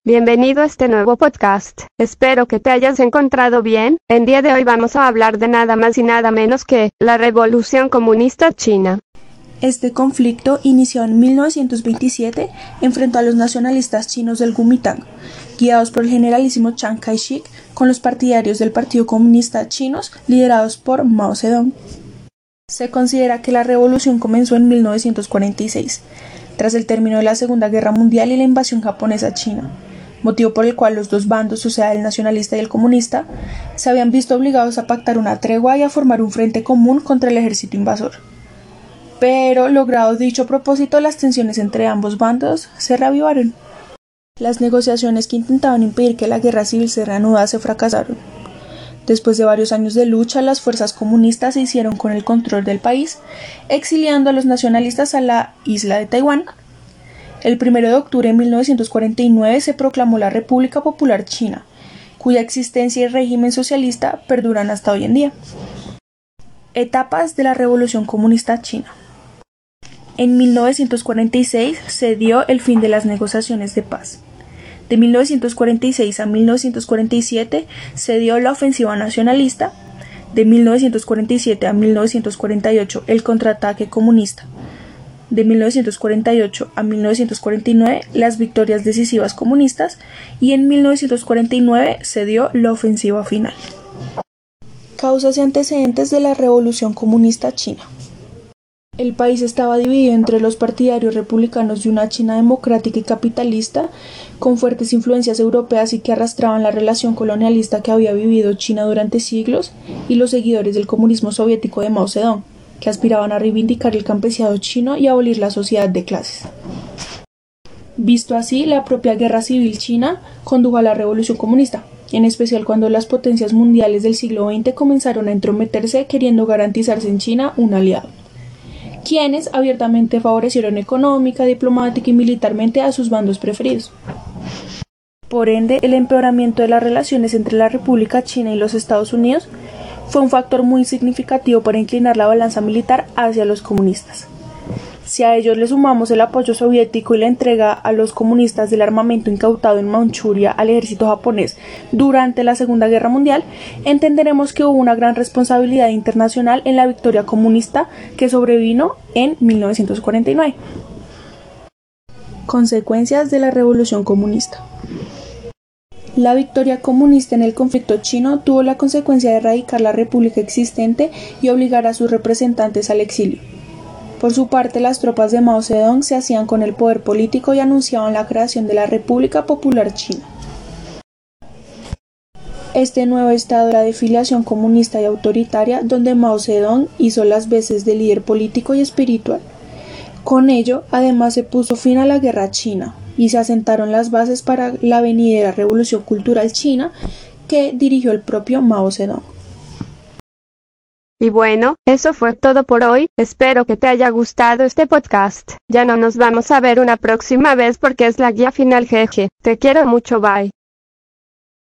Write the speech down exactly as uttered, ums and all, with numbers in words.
Bienvenido a este nuevo podcast. Espero que te hayas encontrado bien. En día de hoy vamos a hablar de nada más y nada menos que la Revolución Comunista China. Este conflicto inició en mil novecientos veintisiete, enfrentó a los nacionalistas chinos del Kuomintang, guiados por el generalísimo Chiang Kai-shek, con los partidarios del Partido Comunista Chinos, liderados por Mao Zedong. Se considera que la revolución comenzó en mil novecientos cuarenta y seis, tras el término de la Segunda Guerra Mundial y la invasión japonesa a China, motivo por el cual los dos bandos, o sea, el nacionalista y el comunista, se habían visto obligados a pactar una tregua y a formar un frente común contra el ejército invasor. Pero, logrado dicho propósito, las tensiones entre ambos bandos se reavivaron. Las negociaciones que intentaban impedir que la guerra civil se reanudase fracasaron. Después de varios años de lucha, las fuerzas comunistas se hicieron con el control del país, exiliando a los nacionalistas a la isla de Taiwán. El primero de octubre de mil novecientos cuarenta y nueve se proclamó la República Popular China, cuya existencia y régimen socialista perduran hasta hoy en día. Etapas de la Revolución Comunista China. En mil novecientos cuarenta y seis se dio el fin de las negociaciones de paz. De mil novecientos cuarenta y seis a mil novecientos cuarenta y siete se dio la ofensiva nacionalista. De mil novecientos cuarenta y siete a mil novecientos cuarenta y ocho el contraataque comunista. De mil novecientos cuarenta y ocho a mil novecientos cuarenta y nueve las victorias decisivas comunistas, y en mil novecientos cuarenta y nueve se dio la ofensiva final. Causas y antecedentes de la Revolución Comunista China. El país estaba dividido entre los partidarios republicanos de una China democrática y capitalista, con fuertes influencias europeas y que arrastraban la relación colonialista que había vivido China durante siglos, y los seguidores del comunismo soviético de Mao Zedong, que aspiraban a reivindicar el campesinado chino y abolir la sociedad de clases. Visto así, la propia guerra civil china condujo a la revolución comunista, en especial cuando las potencias mundiales del siglo veinte comenzaron a entrometerse queriendo garantizarse en China un aliado, quienes abiertamente favorecieron económica, diplomática y militarmente a sus bandos preferidos. Por ende, el empeoramiento de las relaciones entre la República China y los Estados Unidos fue un factor muy significativo para inclinar la balanza militar hacia los comunistas. Si a ellos le sumamos el apoyo soviético y la entrega a los comunistas del armamento incautado en Manchuria al ejército japonés durante la Segunda Guerra Mundial, entenderemos que hubo una gran responsabilidad internacional en la victoria comunista que sobrevino en mil novecientos cuarenta y nueve. Consecuencias de la Revolución Comunista. La victoria comunista en el conflicto chino tuvo la consecuencia de erradicar la república existente y obligar a sus representantes al exilio. Por su parte, las tropas de Mao Zedong se hacían con el poder político y anunciaban la creación de la República Popular China. Este nuevo estado era de filiación comunista y autoritaria, donde Mao Zedong hizo las veces de líder político y espiritual. Con ello, además, se puso fin a la guerra china y se asentaron las bases para la venidera Revolución Cultural China que dirigió el propio Mao Zedong. Y bueno, eso fue todo por hoy. Espero que te haya gustado este podcast. Ya no nos vamos a ver una próxima vez porque es la guía final, jeje. Te quiero mucho, bye.